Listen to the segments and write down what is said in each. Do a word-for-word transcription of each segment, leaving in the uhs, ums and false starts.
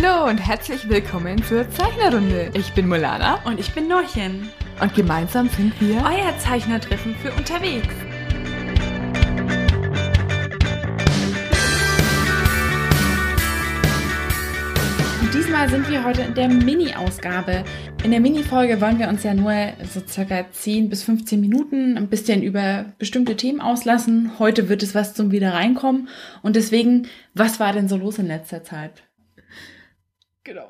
Hallo und herzlich willkommen zur Zeichnerrunde. Ich bin Molana und ich bin Norchen. Und gemeinsam sind wir euer Zeichnertreffen für unterwegs. Und diesmal sind wir heute in der Mini-Ausgabe. In der Mini-Folge wollen wir uns ja nur so circa zehn bis fünfzehn Minuten ein bisschen über bestimmte Themen auslassen. Heute wird es was zum Wiederreinkommen. Und deswegen, was war denn so los in letzter Zeit? Genau.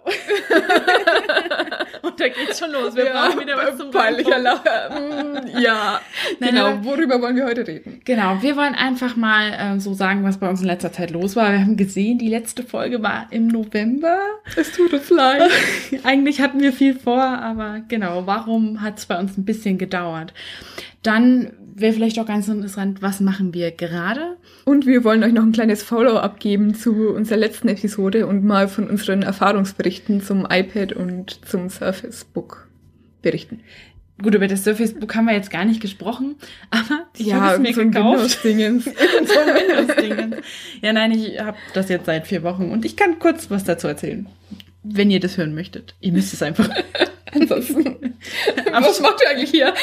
Und da geht's schon los. Wir ja, brauchen wieder was zum peinlicher Reinkommen. Lacher. Ja, Nein, genau. aber- Worüber wollen wir heute reden? Genau, wir wollen einfach mal äh, so sagen, was bei uns in letzter Zeit los war. Wir haben gesehen, die letzte Folge war im November. Es tut uns leid. Eigentlich hatten wir viel vor, aber genau, warum hat es bei uns ein bisschen gedauert? Dann wäre vielleicht auch ganz interessant, was machen wir gerade? Und wir wollen euch noch ein kleines Follow-up geben zu unserer letzten Episode und mal von unseren Erfahrungsberichten zum iPad und zum Surface Book berichten. Gut, über das Surface Book haben wir jetzt gar nicht gesprochen, aber ich habe es mir so ein gekauft. Windows-Dingens. So ein Windows-Ding. Ja, nein, ich habe das jetzt seit vier Wochen und ich kann kurz was dazu erzählen, wenn ihr das hören möchtet. Ihr müsst es einfach. Ansonsten, was macht ihr eigentlich hier?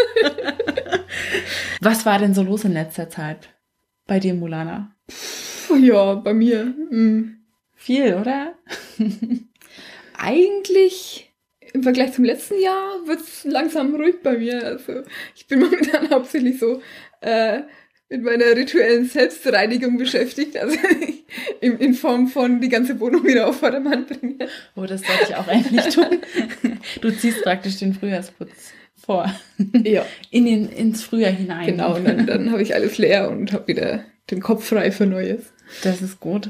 Was war denn so los in letzter Zeit bei dir, Molana? Ja, bei mir. Hm. Viel, oder? Eigentlich im Vergleich zum letzten Jahr wird's langsam ruhig bei mir. Also ich bin momentan hauptsächlich so äh, mit meiner rituellen Selbstreinigung beschäftigt. Also in, in Form von die ganze Wohnung wieder auf Vordermann bringen. Oh, das sollte ich auch eigentlich tun. Du ziehst praktisch den Frühjahrsputz vor. Ja, In den, ins Frühjahr hinein. genau. Und dann, dann habe ich alles leer und habe wieder den Kopf frei für Neues. Das ist gut.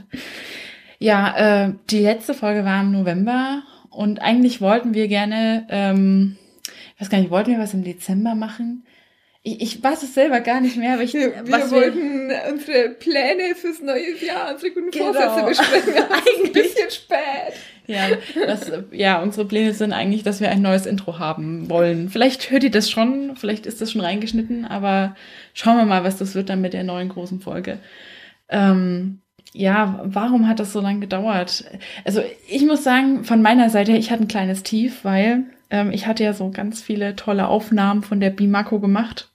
Ja, äh, die letzte Folge war im November und eigentlich wollten wir gerne, ähm, ich weiß gar nicht, wollten wir was im Dezember machen? Ich, ich weiß es selber gar nicht mehr, aber ich, Wir, was wir wollten unsere Pläne fürs neue Jahr, unsere guten Genau. Vorsätze besprechen. Das ist ein Eigentlich. bisschen spät. Ja, das, ja, unsere Pläne sind eigentlich, dass wir ein neues Intro haben wollen. Vielleicht hört ihr das schon, vielleicht ist das schon reingeschnitten, aber schauen wir mal, was das wird dann mit der neuen großen Folge. Ähm, ja, warum hat das so lange gedauert? Also ich muss sagen, von meiner Seite her, ich hatte ein kleines Tief, weil ähm, ich hatte ja so ganz viele tolle Aufnahmen von der Bimako gemacht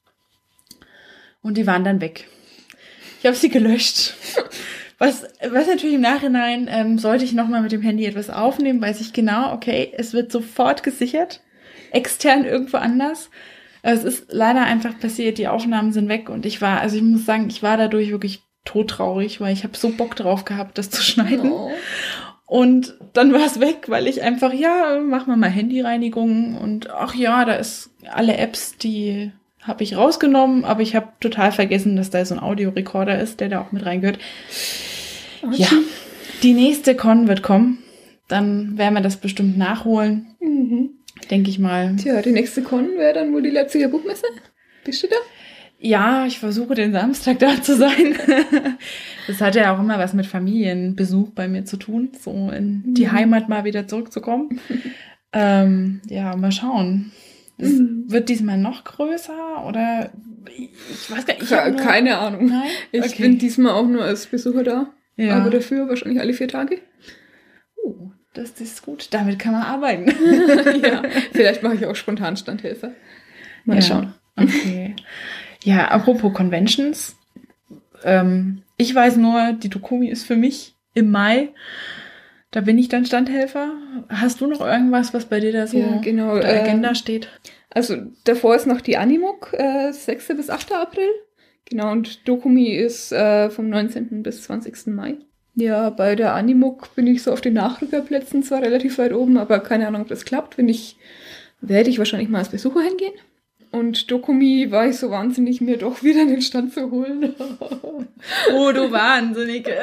und die waren dann weg. Ich habe sie gelöscht. Was, was natürlich im Nachhinein, ähm, sollte ich nochmal mit dem Handy etwas aufnehmen, weiß ich genau, okay, es wird sofort gesichert, extern irgendwo anders. Es ist leider einfach passiert, die Aufnahmen sind weg und ich war, also ich muss sagen, ich war dadurch wirklich todtraurig, weil ich habe so Bock drauf gehabt, das zu schneiden. Oh. Und dann war es weg, weil ich einfach, ja, machen wir mal Handyreinigung und ach ja, da ist alle Apps, die habe ich rausgenommen, aber ich habe total vergessen, dass da so ein Audiorekorder ist, der da auch mit reingehört. Ja, die nächste Con wird kommen. Dann werden wir das bestimmt nachholen, Mhm. denke ich mal. Tja, die nächste Con wäre dann wohl die Leipziger Buchmesse. Bist du da? Ja, ich versuche den Samstag da zu sein. Das hat ja auch immer was mit Familienbesuch bei mir zu tun, so in die Mhm. Heimat mal wieder zurückzukommen. ähm, ja, mal schauen. Es Mhm. wird diesmal noch größer oder ich ich weiß gar nicht. Ich Ke- hab nur, Keine Ahnung. Nein? Ich Okay. bin diesmal auch nur als Besucher da. Ja. Aber dafür wahrscheinlich alle vier Tage. Oh, das ist gut. Damit kann man arbeiten. Ja. Vielleicht mache ich auch spontan Standhelfer. Mal Ja. schauen. Okay. Ja, apropos Conventions. Ähm, ich weiß nur, die Dokumi ist für mich im Mai. Da bin ich dann Standhelfer. Hast du noch irgendwas, was bei dir da so Ja, genau, auf der ähm, Agenda steht? Also davor ist noch die Animuk, äh, sechster bis achter April. Genau, und Dokumi ist äh, vom neunzehnten bis zwanzigsten Mai. Ja, bei der Animuk bin ich so auf den Nachrückerplätzen zwar relativ weit oben, aber keine Ahnung, ob das klappt. Wenn nicht, werde ich wahrscheinlich mal als Besucher hingehen. Und Dokumi war ich so wahnsinnig, mir doch wieder den Stand zu holen. Oh, du Wahnsinnige.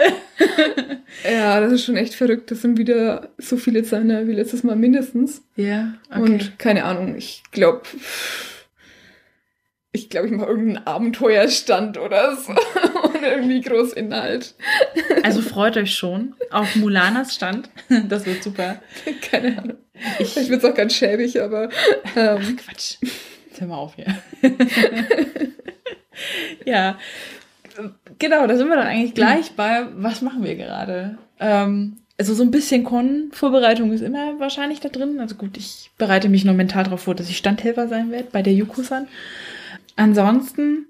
Ja, das ist schon echt verrückt. Das sind wieder so viele Zeichner wie letztes Mal mindestens. Ja, okay. Und keine Ahnung, ich glaube, ich glaube, ich mache irgendeinen Abenteuerstand oder so. Und irgendwie groß Inhalt. Also freut euch schon auf Mulanas Stand. Das wird super. Keine Ahnung. Ich, Ich bin es auch ganz schäbig, aber ähm, Quatsch. Jetzt hör mal auf hier. Ja, genau, da sind wir dann eigentlich gleich bei, was machen wir gerade? Ähm, also so ein bisschen Con-Vorbereitung ist immer wahrscheinlich da drin. Also gut, ich bereite mich noch mental darauf vor, dass ich Standhelfer sein werde bei der Yuko-san. Ansonsten,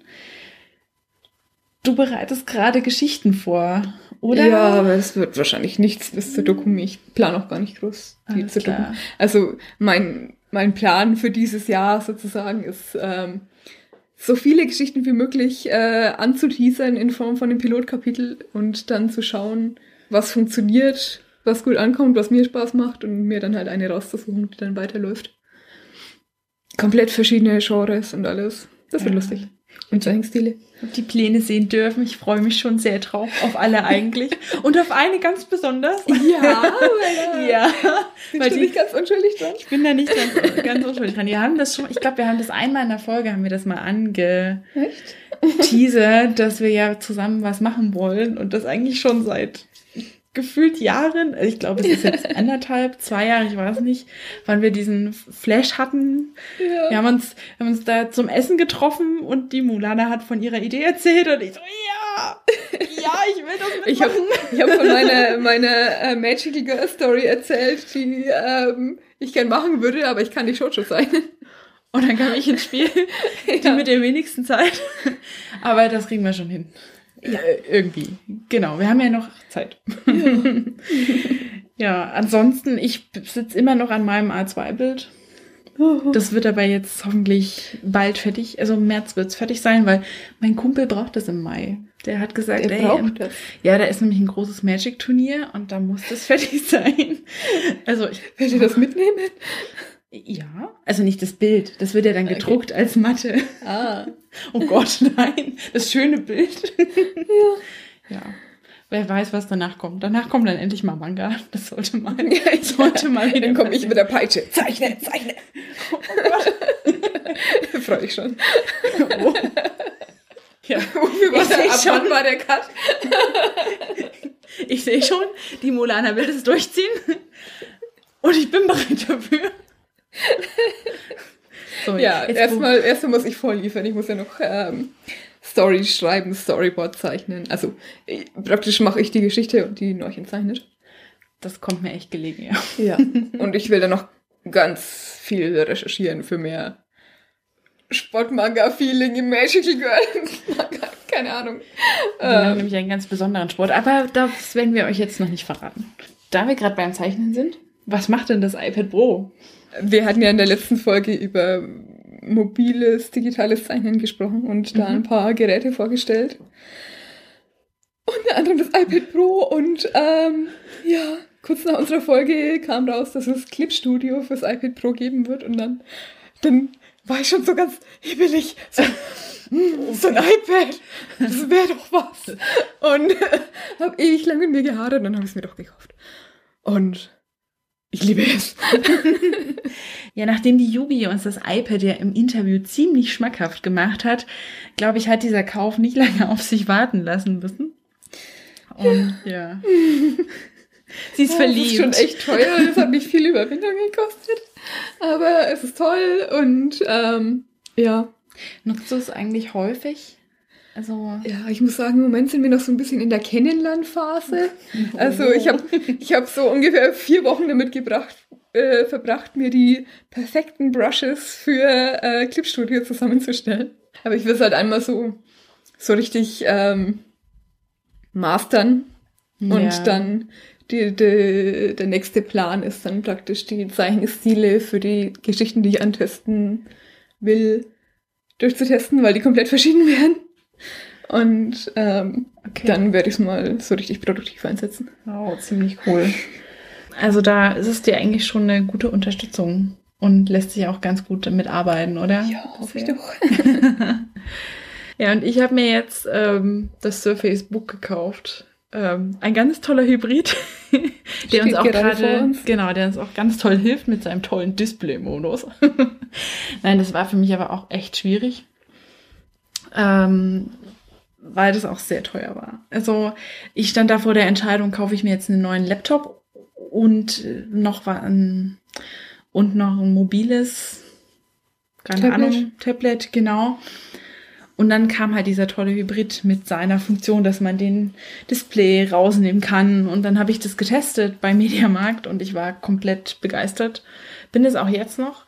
du bereitest gerade Geschichten vor, oder? Ja, aber es wird wahrscheinlich nichts bis zur Dokumi. Ich plane auch gar nicht groß die Alles zur klar. Dokumi. Also mein, mein Plan für dieses Jahr sozusagen ist, ähm, so viele Geschichten wie möglich äh, anzuteasern in Form von einem Pilotkapitel und dann zu schauen, was funktioniert, was gut ankommt, was mir Spaß macht und mir dann halt eine rauszusuchen, die dann weiterläuft. Komplett verschiedene Genres und alles. Das wird Ja. lustig. Und Zeichenstile. Die Pläne sehen dürfen. Ich freue mich schon sehr drauf. Auf alle eigentlich. Und auf eine ganz besonders. Ja, weil, Ja. bin Weil schon die, nicht ganz unschuldig dran. ich bin da nicht ganz, ganz unschuldig dran. Wir haben das schon, ich glaube, wir haben das einmal in der Folge, haben wir das mal angeteasert, dass wir ja zusammen was machen wollen und das eigentlich schon seit gefühlt Jahren, ich glaube, es ist jetzt anderthalb, zwei Jahre, ich weiß nicht, wann wir diesen Flash hatten. Ja. Wir haben uns, wir haben uns da zum Essen getroffen und die Mulana hat von ihrer Idee erzählt und ich so, ja, ja, ich will das Ich habe mitmachen. ich hab von meiner, meiner äh, Magical Girl Story erzählt, die ähm, ich gern machen würde, aber ich kann nicht Shoujo sein. Und dann kam ich ins Spiel, die Ja. mit der wenigsten Zeit. Aber das kriegen wir schon hin. Ja. Äh, irgendwie. Genau, wir haben ja noch Zeit. Ja, ansonsten, ich sitze immer noch an meinem A zwei Bild. Das wird aber jetzt hoffentlich bald fertig. Also im März wird es fertig sein, weil mein Kumpel braucht das im Mai. Der hat gesagt, Der ey, braucht ähm, das. ja, da ist nämlich ein großes Magic-Turnier und da muss das fertig sein. Also ich, Willst du das mitnehmen? ja, also nicht das Bild. Das wird ja dann Okay. gedruckt als Matte. Ah. Oh Gott, nein. Das schöne Bild. Ja. Ja. Wer weiß, was danach kommt. Danach kommt dann endlich mal Manga. Das sollte mal, Ja, ich- sollte mal wieder Dann komme ich passieren. mit der Peitsche. Zeichne, zeichne. Oh Gott. Freue ich schon. Oh. Ja. Wie war Ich der, seh ab schon. wann war der Cut? Ich sehe schon, die Mulana will das durchziehen. Und ich bin bereit dafür. So, Ja, jetzt erstmal erstmal muss ich vorliefern. Ich muss ja noch ähm, Story schreiben, Storyboard zeichnen. Also äh, praktisch mache ich die Geschichte und die Norchen zeichnet. Das kommt mir echt gelegen, ja. Ja. Und ich will dann noch ganz viel recherchieren für mehr Sportmanga-Feeling im Magical Girl. Manga, keine Ahnung. Wir haben Ähm, nämlich einen ganz besonderen Sport, aber das werden wir euch jetzt noch nicht verraten. Da wir gerade beim Zeichnen sind, was macht denn das iPad Pro? wir hatten ja in der letzten Folge über mobiles, digitales Zeichnen gesprochen und da Mhm. ein paar Geräte vorgestellt. Unter anderem das iPad Pro und ähm, ja, kurz nach unserer Folge kam raus, dass es Clip Studio fürs iPad Pro geben wird und dann, dann war ich schon so ganz hibbelig. So, mm, so ein iPad, das wäre doch was. Und äh, habe ewig lang mit mir gehadert und dann habe ich es mir doch gekauft. Und ich liebe es. Ja, nachdem die Yubi uns das iPad ja im Interview ziemlich schmackhaft gemacht hat, glaube ich, hat dieser Kauf nicht lange auf sich warten lassen müssen. Und ja. Sie ist Ja, verliebt. Das ist schon echt teuer. Das hat nicht viel Überwindung gekostet. Aber es ist toll und ähm, ja. Nutzt du es eigentlich häufig? Also, Ja, ich muss sagen, im Moment sind wir noch so ein bisschen in der Kennenlernphase. Also ich habe ich hab so ungefähr vier Wochen damit gebracht, äh, verbracht, mir die perfekten Brushes für äh, Clip Studio zusammenzustellen. Aber ich will es halt einmal so, so richtig ähm, mastern. Und ja. dann die, die, der nächste Plan ist dann praktisch die Zeichenstile für die Geschichten, die ich antesten will, durchzutesten, weil die komplett verschieden werden. Und ähm, Okay. dann werde ich es mal so richtig produktiv einsetzen. Oh, ziemlich cool. Also da ist es dir eigentlich schon eine gute Unterstützung und lässt sich auch ganz gut damit arbeiten, oder? hoffe ich doch. Ja, und ich habe mir jetzt ähm, das Surface Book gekauft. Ähm, ein ganz toller Hybrid, der uns Steht auch gerade vor gerade, uns. genau, der uns auch ganz toll hilft mit seinem tollen Display-Modus. Nein, das war für mich aber auch echt schwierig, ähm, weil das auch sehr teuer war. Also ich stand da vor der Entscheidung, kaufe ich mir jetzt einen neuen Laptop und noch ein, und noch ein mobiles, keine Tablet. Ahnung, Tablet, genau. Und dann kam halt dieser tolle Hybrid mit seiner Funktion, dass man den Display rausnehmen kann. Und dann habe ich das getestet bei Mediamarkt und ich war komplett begeistert. Bin es auch jetzt noch.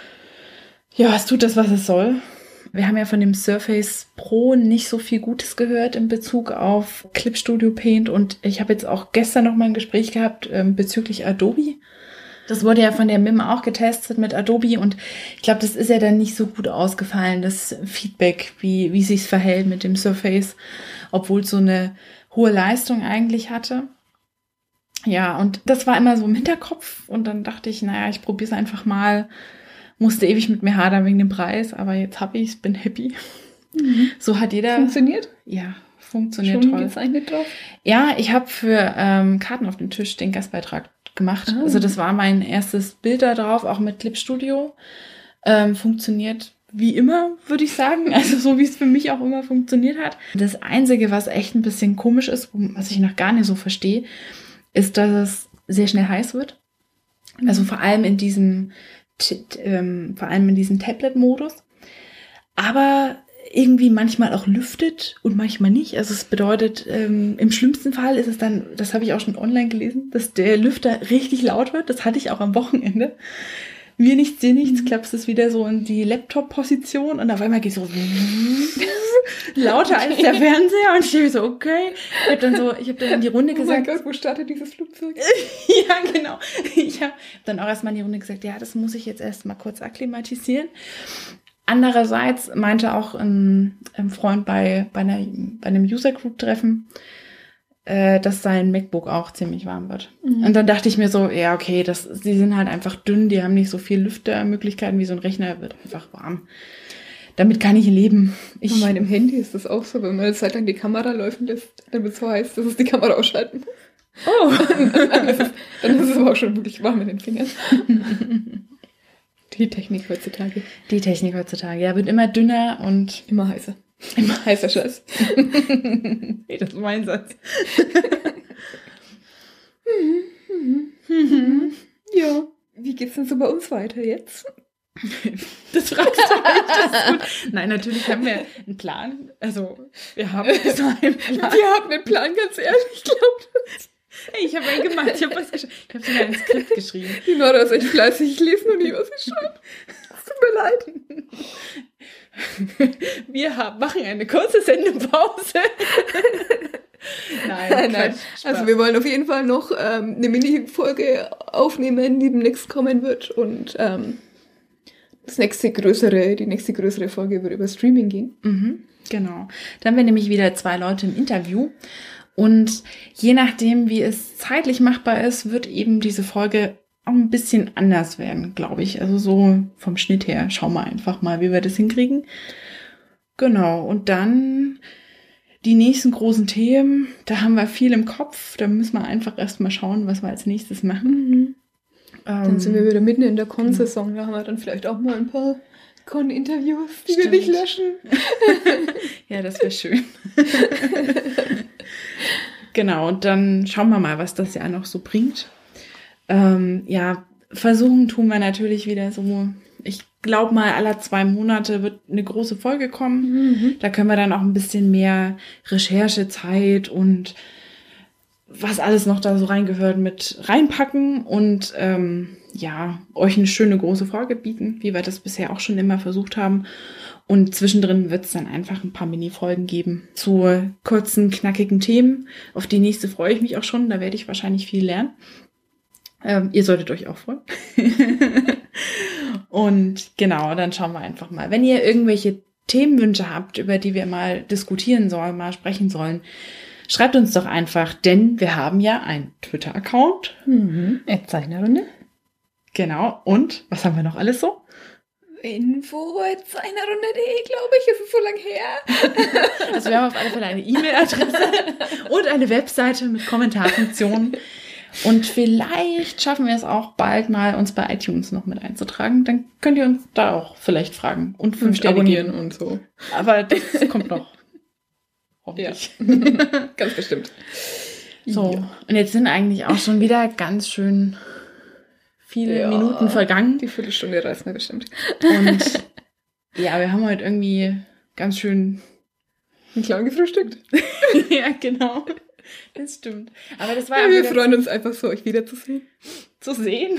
Ja, es tut das, was es soll. Wir haben ja von dem Surface Pro nicht so viel Gutes gehört in Bezug auf Clip Studio Paint. Und ich habe jetzt auch gestern noch mal ein Gespräch gehabt ähm, bezüglich Adobe. Das wurde ja von der M I M auch getestet mit Adobe und ich glaube, das ist ja dann nicht so gut ausgefallen, das Feedback, wie wie sich's verhält mit dem Surface, obwohl es so eine hohe Leistung eigentlich hatte. Ja, und das war immer so im Hinterkopf und dann dachte ich, naja, ich probiere es einfach mal. Musste ewig mit mir hadern wegen dem Preis, aber jetzt habe ich es, bin happy. Mhm. So hat jeder... Funktioniert? Ja, funktioniert Schon toll. gezeichnet drauf? Ja, ich habe für ähm, Karten auf dem Tisch den Gastbeitrag gemacht. Ah. Also das war mein erstes Bild da drauf, auch mit Clip Studio. Ähm, funktioniert wie immer, würde ich sagen. Also so wie es für mich auch immer funktioniert hat. Das Einzige, was echt ein bisschen komisch ist, was ich noch gar nicht so verstehe, ist, dass es sehr schnell heiß wird. Also vor allem in diesem, t- ähm, vor allem in diesem Tablet-Modus. Aber irgendwie manchmal auch lüftet und manchmal nicht. Also es bedeutet, ähm, im schlimmsten Fall ist es dann, das habe ich auch schon online gelesen, dass der Lüfter richtig laut wird. Das hatte ich auch am Wochenende. Mir nichts, dir nichts, klappst es wieder so in die Laptop-Position und auf einmal geht es so lauter als der Fernseher und ich denke so, okay. Ich habe dann so, ich habe dann in die Runde gesagt. Oh mein Gott, wo startet dieses Flugzeug? Ja, genau. Ich habe dann auch erstmal in die Runde gesagt, ja, das muss ich jetzt erst mal kurz akklimatisieren. Andererseits meinte auch ein, ein Freund bei, bei, einer, bei einem User-Group-Treffen, äh, dass sein MacBook auch ziemlich warm wird. Mhm. Und dann dachte ich mir so, ja, okay, das, die sind halt einfach dünn, die haben nicht so viel Lüftermöglichkeiten wie so ein Rechner, wird einfach warm. Damit kann ich leben. Ich, Bei meinem Handy ist das auch so, wenn man eine Zeit lang die Kamera laufen lässt, dann wird es so heiß, dass es die Kamera ausschalten muss. Oh! dann, ist es, dann ist es aber auch schon wirklich warm in den Fingern. Die Technik heutzutage. Die Technik heutzutage, ja, wird immer dünner und immer heißer. Immer heißer Scheiß. Hey, das ist mein Satz. Ja. Wie geht's denn so bei uns weiter jetzt? Das fragst du mich, das ist gut. Nein, natürlich haben wir einen Plan. Also, wir haben so einen Plan. Wir haben einen Plan, ganz ehrlich, ich glaube. Hey, ich habe einen gemacht, ich habe was geschrieben. Ich habe sogar ein Skript geschrieben. Die Nora ist echt fleißig, ich lese nur nie, was sie schreibt. Es tut mir leid. Wir haben, machen eine kurze Sendepause. Nein, nein, nein. Also wir wollen auf jeden Fall noch ähm, eine Mini-Folge aufnehmen, die demnächst kommen wird. Und ähm, das nächste größere, die nächste größere Folge wird über Streaming gehen. Mhm, genau. Dann haben wir nämlich wieder zwei Leute im Interview. Und je nachdem, wie es zeitlich machbar ist, wird eben diese Folge auch ein bisschen anders werden, glaube ich. Also so vom Schnitt her. Schauen wir einfach mal, wie wir das hinkriegen. Genau. Und dann die nächsten großen Themen. Da haben wir viel im Kopf. Da müssen wir einfach erstmal schauen, was wir als nächstes machen. Mhm. Ähm, dann sind wir wieder mitten in der Con-Saison. Da haben wir dann vielleicht auch mal ein paar Con-Interviews, die Stimmt. wir nicht löschen. Ja, das wäre schön. Genau, und dann schauen wir mal, was das Jahr noch so bringt. Ähm, ja, versuchen tun wir natürlich wieder so, ich glaube mal, alle zwei Monate wird eine große Folge kommen. Mhm. Da können wir dann auch ein bisschen mehr Recherchezeit und was alles noch da so reingehört mit reinpacken und ähm, ja, euch eine schöne große Folge bieten, wie wir das bisher auch schon immer versucht haben. Und zwischendrin wird es dann einfach ein paar Mini-Folgen geben zu kurzen, knackigen Themen. Auf die nächste freue ich mich auch schon. Da werde ich wahrscheinlich viel lernen. Ähm, ihr solltet euch auch freuen. Und genau, dann schauen wir einfach mal. Wenn ihr irgendwelche Themenwünsche habt, über die wir mal diskutieren sollen, mal sprechen sollen, schreibt uns doch einfach, denn wir haben ja einen Twitter-Account. Mhm. Zeichnerrunde. Genau. Und was haben wir noch alles so? info at zeichnerrunde punkt de, glaube ich, es ist so lang her. Also wir haben auf alle Fälle eine E-Mail-Adresse und eine Webseite mit Kommentarfunktionen. Und vielleicht schaffen wir es auch bald mal, uns bei iTunes noch mit einzutragen. Dann könnt ihr uns da auch vielleicht fragen und fünf Sterne geben und so. Aber das kommt noch. Hoffentlich. Ja. Ganz bestimmt. So, ja. Und jetzt sind eigentlich auch schon wieder ganz schön viele ja, Minuten vergangen. Die Viertelstunde reißen wir bestimmt. Und ja, wir haben heute irgendwie ganz schön einen Clown gefrühstückt. Ja, genau. Das stimmt. Aber das war ja, ja wir freuen uns einfach so, euch wiederzusehen. Zu sehen.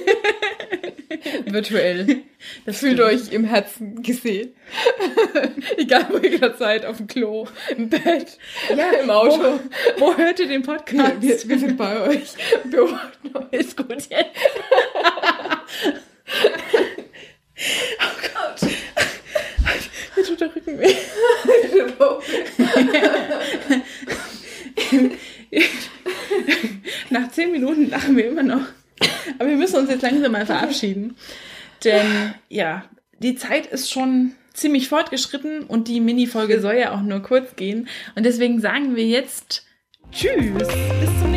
Virtuell. Das Fühlt stimmt. euch im Herzen gesehen. Egal, wo ihr gerade seid, auf dem Klo, im Bett, Ja, im Auto. Wo, wo hört ihr den Podcast? Wir, wir sind bei euch. Beobachten euch. Ist gut jetzt. Oh Gott. Mir tut der Rücken weh. Nach zehn Minuten lachen wir immer noch. Aber wir müssen uns jetzt langsam mal verabschieden. Denn ja, die Zeit ist schon ziemlich fortgeschritten und die Mini-Folge soll ja auch nur kurz gehen. Und deswegen sagen wir jetzt Tschüss. Bis zum nächsten Mal.